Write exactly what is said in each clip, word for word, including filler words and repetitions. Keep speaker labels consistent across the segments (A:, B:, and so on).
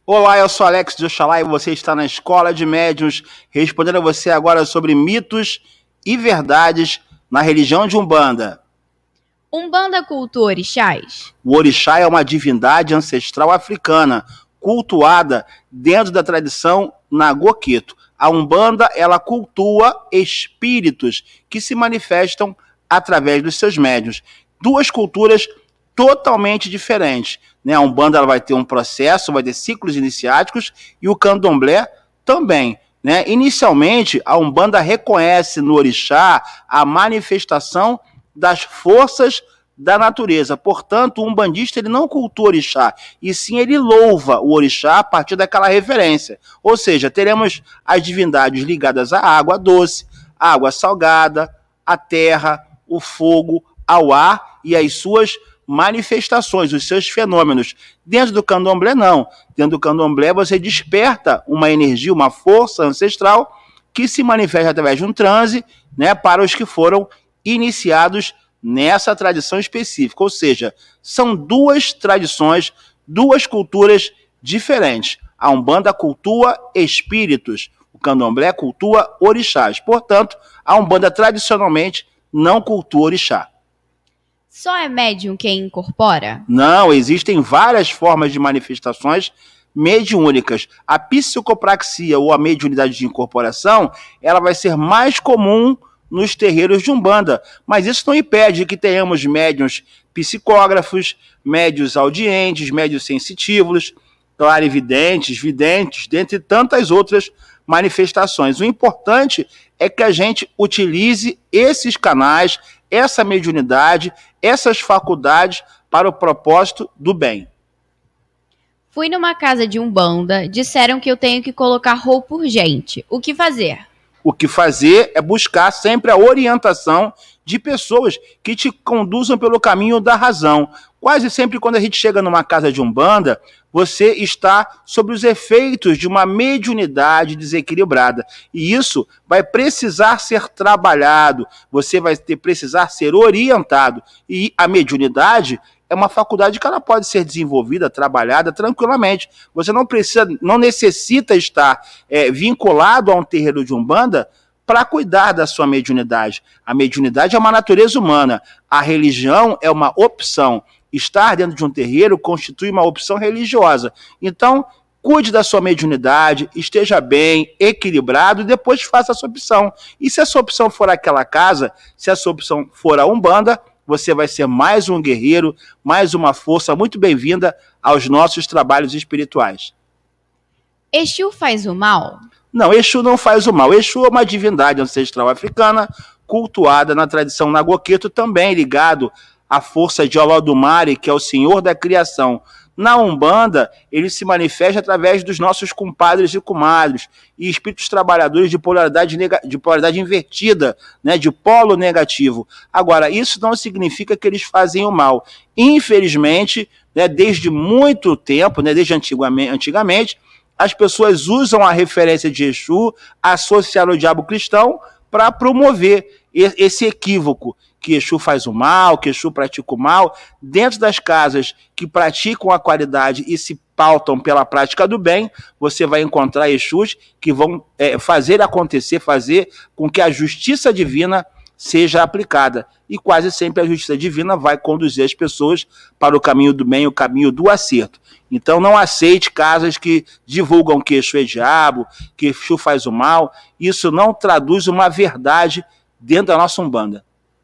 A: Olá, eu sou Alex de Oxalá e você está na Escola de Médiuns, respondendo a você agora sobre mitos e verdades na religião de Umbanda.
B: Umbanda cultua orixás?
A: O orixá é uma divindade ancestral africana, cultuada dentro da tradição Nagoqueto. A Umbanda, ela cultua espíritos que se manifestam através dos seus médiuns. Duas culturas totalmente diferentes, né? A Umbanda ela vai ter um processo, vai ter ciclos iniciáticos e o Candomblé também, né? Inicialmente, a Umbanda reconhece no orixá a manifestação das forças da natureza. Portanto, o umbandista ele não cultua o orixá, e sim ele louva o orixá a partir daquela referência. Ou seja, teremos as divindades ligadas à água doce, à água salgada, à terra, o fogo, ao ar e às suas manifestações, os seus fenômenos. Dentro do candomblé, não. Dentro do candomblé, você desperta uma energia, uma força ancestral que se manifesta através de um transe, né, para os que foram iniciados nessa tradição específica. Ou seja, são duas tradições, duas culturas diferentes. A Umbanda cultua espíritos, o candomblé cultua orixás. Portanto, a Umbanda tradicionalmente não cultua orixá.
B: Só é médium quem incorpora?
A: Não, existem várias formas de manifestações mediúnicas. A psicopraxia ou a mediunidade de incorporação, ela vai ser mais comum nos terreiros de Umbanda, mas isso não impede que tenhamos médiuns psicógrafos, médiuns audientes, médiuns sensitivos, clarividentes, videntes, dentre tantas outras manifestações. O importante é que a gente utilize esses canais, essa mediunidade, essas faculdades para o propósito do bem.
B: Fui numa casa de Umbanda, disseram que eu tenho que colocar roupa urgente. O que fazer?
A: O que fazer é buscar sempre a orientação de pessoas que te conduzam pelo caminho da razão. Quase sempre quando a gente chega numa casa de Umbanda, você está sob os efeitos de uma mediunidade desequilibrada. E isso vai precisar ser trabalhado, você vai ter, precisar ser orientado. E a mediunidade é uma faculdade que ela pode ser desenvolvida, trabalhada tranquilamente. Você não precisa, não necessita estar é, vinculado a um terreiro de Umbanda para cuidar da sua mediunidade. A mediunidade é uma natureza humana. A religião é uma opção. Estar dentro de um terreiro constitui uma opção religiosa. Então, cuide da sua mediunidade, esteja bem, equilibrado, e depois faça a sua opção. E se a sua opção for aquela casa, se a sua opção for a Umbanda, você vai ser mais um guerreiro, mais uma força muito bem-vinda aos nossos trabalhos espirituais.
B: Exu faz o mal?
A: Não, Exu não faz o mal. Exu é uma divindade ancestral africana, cultuada na tradição Nagoqueto, também ligado à força de Olodumare, que é o senhor da criação. Na Umbanda, ele se manifesta através dos nossos compadres e comadres e espíritos trabalhadores de polaridade, nega, de polaridade invertida, né, de polo negativo. Agora, isso não significa que eles fazem o mal. Infelizmente, né, desde muito tempo, né, desde antigamente, antigamente, as pessoas usam a referência de Exu associada ao diabo cristão para promover esse equívoco, que Exu faz o mal, que Exu pratica o mal. Dentro das casas que praticam a qualidade e se pautam pela prática do bem, você vai encontrar Exus que vão é, fazer acontecer, fazer com que a justiça divina seja aplicada. E quase sempre a justiça divina vai conduzir as pessoas para o caminho do bem, o caminho do acerto. Então não aceite casas que divulgam que Exu é diabo, que Exu faz o mal. Isso não traduz uma verdade dentro da nossa Umbanda.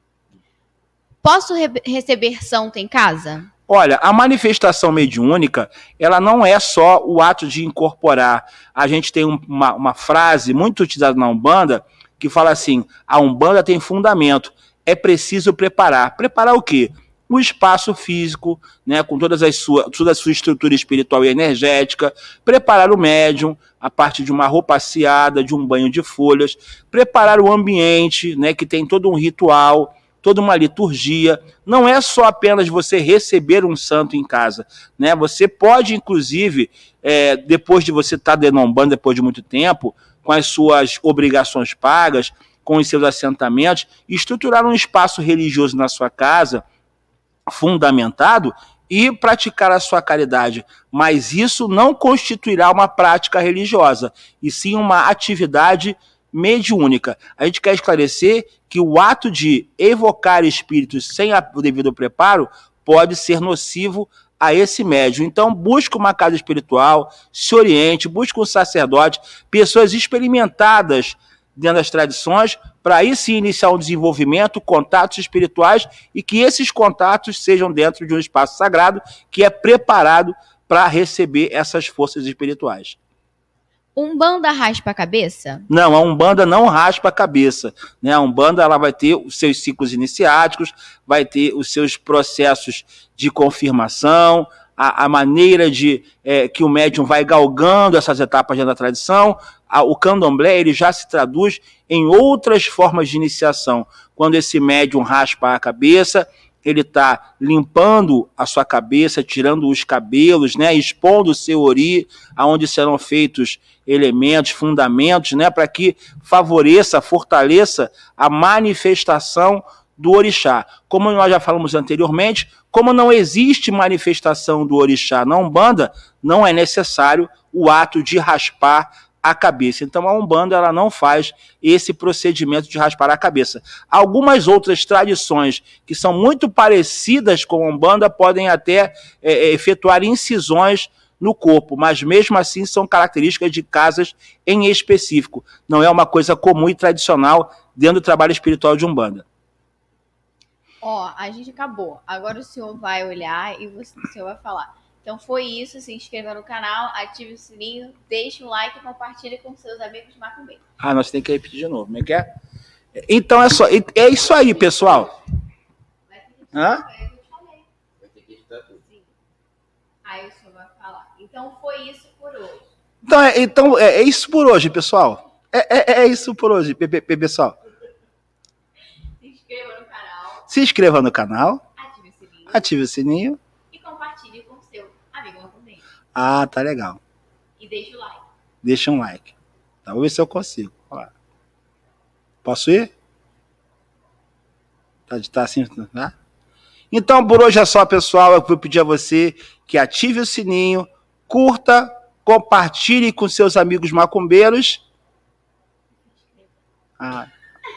B: Posso re- receber santo em casa?
A: Olha, a manifestação mediúnica, ela não é só o ato de incorporar. A gente tem um, uma, uma frase muito utilizada na Umbanda que fala assim: a Umbanda tem fundamento, é preciso preparar. Preparar o quê? O espaço físico, né, com todas as sua, toda a sua estrutura espiritual e energética, preparar o médium a partir de uma roupa asseada, de um banho de folhas, preparar o ambiente, né, que tem todo um ritual, toda uma liturgia. Não é só apenas você receber um santo em casa, né? Você pode, inclusive, é, depois de você estar dentro da Umbanda, depois de muito tempo, com as suas obrigações pagas, com os seus assentamentos, estruturar um espaço religioso na sua casa, fundamentado e praticar a sua caridade, mas isso não constituirá uma prática religiosa, e sim uma atividade mediúnica. A gente quer esclarecer que o ato de evocar espíritos sem o devido preparo pode ser nocivo a esse médium. Então, busque uma casa espiritual, se oriente, busque um sacerdote, pessoas experimentadas dentro das tradições, para aí sim iniciar um desenvolvimento, contatos espirituais, e que esses contatos sejam dentro de um espaço sagrado que é preparado para receber essas forças espirituais.
B: Umbanda raspa a cabeça?
A: Não, a Umbanda não raspa a cabeça, né? A Umbanda ela vai ter os seus ciclos iniciáticos, vai ter os seus processos de confirmação, a, a maneira de é, que o médium vai galgando essas etapas dentro da tradição. A, o candomblé ele já se traduz em outras formas de iniciação. Quando esse médium raspa a cabeça, ele está limpando a sua cabeça, tirando os cabelos, né, expondo o seu ori, aonde serão feitos elementos, fundamentos, né, para que favoreça, fortaleça a manifestação do orixá. Como nós já falamos anteriormente, como não existe manifestação do orixá na Umbanda, não é necessário o ato de raspar a cabeça. Então a Umbanda ela não faz esse procedimento de raspar a cabeça. Algumas outras tradições que são muito parecidas com a Umbanda podem até é, efetuar incisões no corpo, mas mesmo assim são características de casas em específico. Não é uma coisa comum e tradicional dentro do trabalho espiritual de Umbanda.
B: Ó, a gente acabou. Agora o senhor vai olhar e você, o senhor vai falar. Então foi isso, se inscreva no canal, ative o sininho, deixe um like e compartilhe com seus amigos macumbeiros.
A: Ah, nós temos que repetir de novo, como é que é? Então é só, é isso aí, pessoal. Hã?
B: Vai ter que editar tudo. Sim. Aí o senhor vai falar. Então foi isso por hoje.
A: Então é, então, é, é isso por hoje, pessoal. É, é, é isso por hoje, pessoal.
B: Se inscreva no canal.
A: Se inscreva no canal.
B: Ative o sininho.
A: Ative o sininho.
B: E compartilhe com seu amigo macumbeiro.
A: Ah, tá legal.
B: E deixe o like.
A: Deixa um like. Tá, vou ver se eu consigo. Ó. Posso ir? Tá, tá assim, tá? Então, por hoje é só, pessoal. Eu vou pedir a você que ative o sininho, curta, compartilhe com seus amigos macumbeiros. Ah.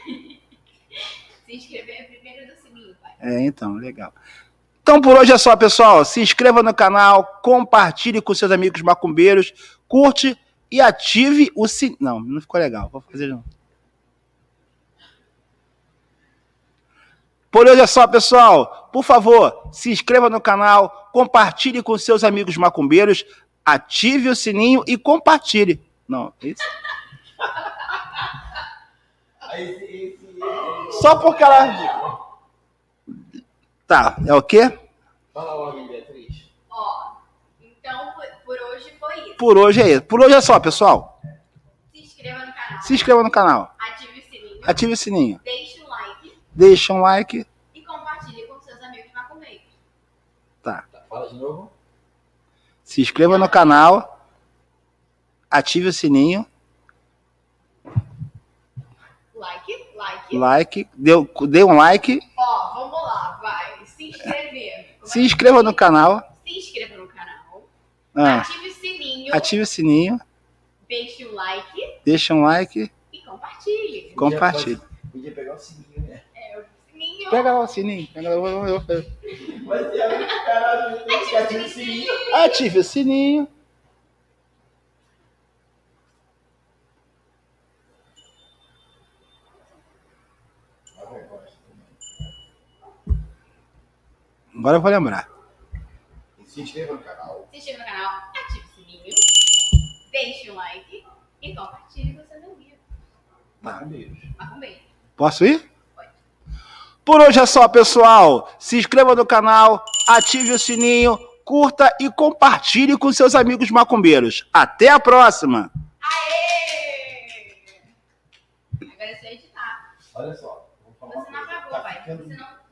B: Se inscrever é primeiro do sininho, pai.
A: É, então, legal. Então, por hoje é só, pessoal. Se inscreva no canal, compartilhe com seus amigos macumbeiros, curte e ative o sininho. Não, não ficou legal. Vou fazer de novo. Por hoje é só, pessoal. Por favor, se inscreva no canal, compartilhe com seus amigos macumbeiros, ative o sininho e compartilhe. Não, isso. Só porque ela... Tá, é o quê?
C: Fala logo, Beatriz.
B: Ó, então por, por hoje foi isso.
A: Por hoje é isso. Por hoje é só, pessoal.
B: Se inscreva no canal.
A: Se inscreva no canal.
B: Ative o sininho.
A: Ative o sininho.
B: Deixe um like.
A: Deixa um like.
B: E compartilhe com seus amigos macumbeiros.
A: Tá.
C: Tá, fala de novo.
A: Se inscreva no canal. Ative o sininho.
B: Like, like.
A: Like. Deu, dê um like.
B: Ó, vamos lá, vai. Se inscrever. Como
A: Se
B: é que
A: inscreva
B: se-
A: no canal.
B: Se inscreva no canal.
A: Ah,
B: Ative o sininho.
A: ative o sininho.
B: Deixe um like.
A: Deixa um like.
B: E compartilhe.
A: Compartilhe.
C: Podia pegar o sininho, né?
B: É, o sininho.
A: Pega lá o sininho. Pega lá, eu- eu- eu-
C: Mas tem a caralho, tem que
B: Ative
C: ative
B: o
C: o sininho.
B: sininho.
A: Ative o sininho. Agora eu vou lembrar.
C: E se inscreva no canal.
B: Se inscreva no canal. Ative o sininho. Deixe um like. E compartilhe com seus amigos
C: Tá, beijo.
B: macumbeiros.
A: Posso ir?
B: Pode.
A: Por hoje é só, pessoal. Se inscreva no canal, ative o sininho, curta e compartilhe com seus amigos macumbeiros. Até a próxima!
B: Aê! Agora é só editar.
C: Olha só. Vou falar
B: Você não
C: uma coisa.
B: apagou,
C: Tá
B: pai.
C: ficando
B: Você não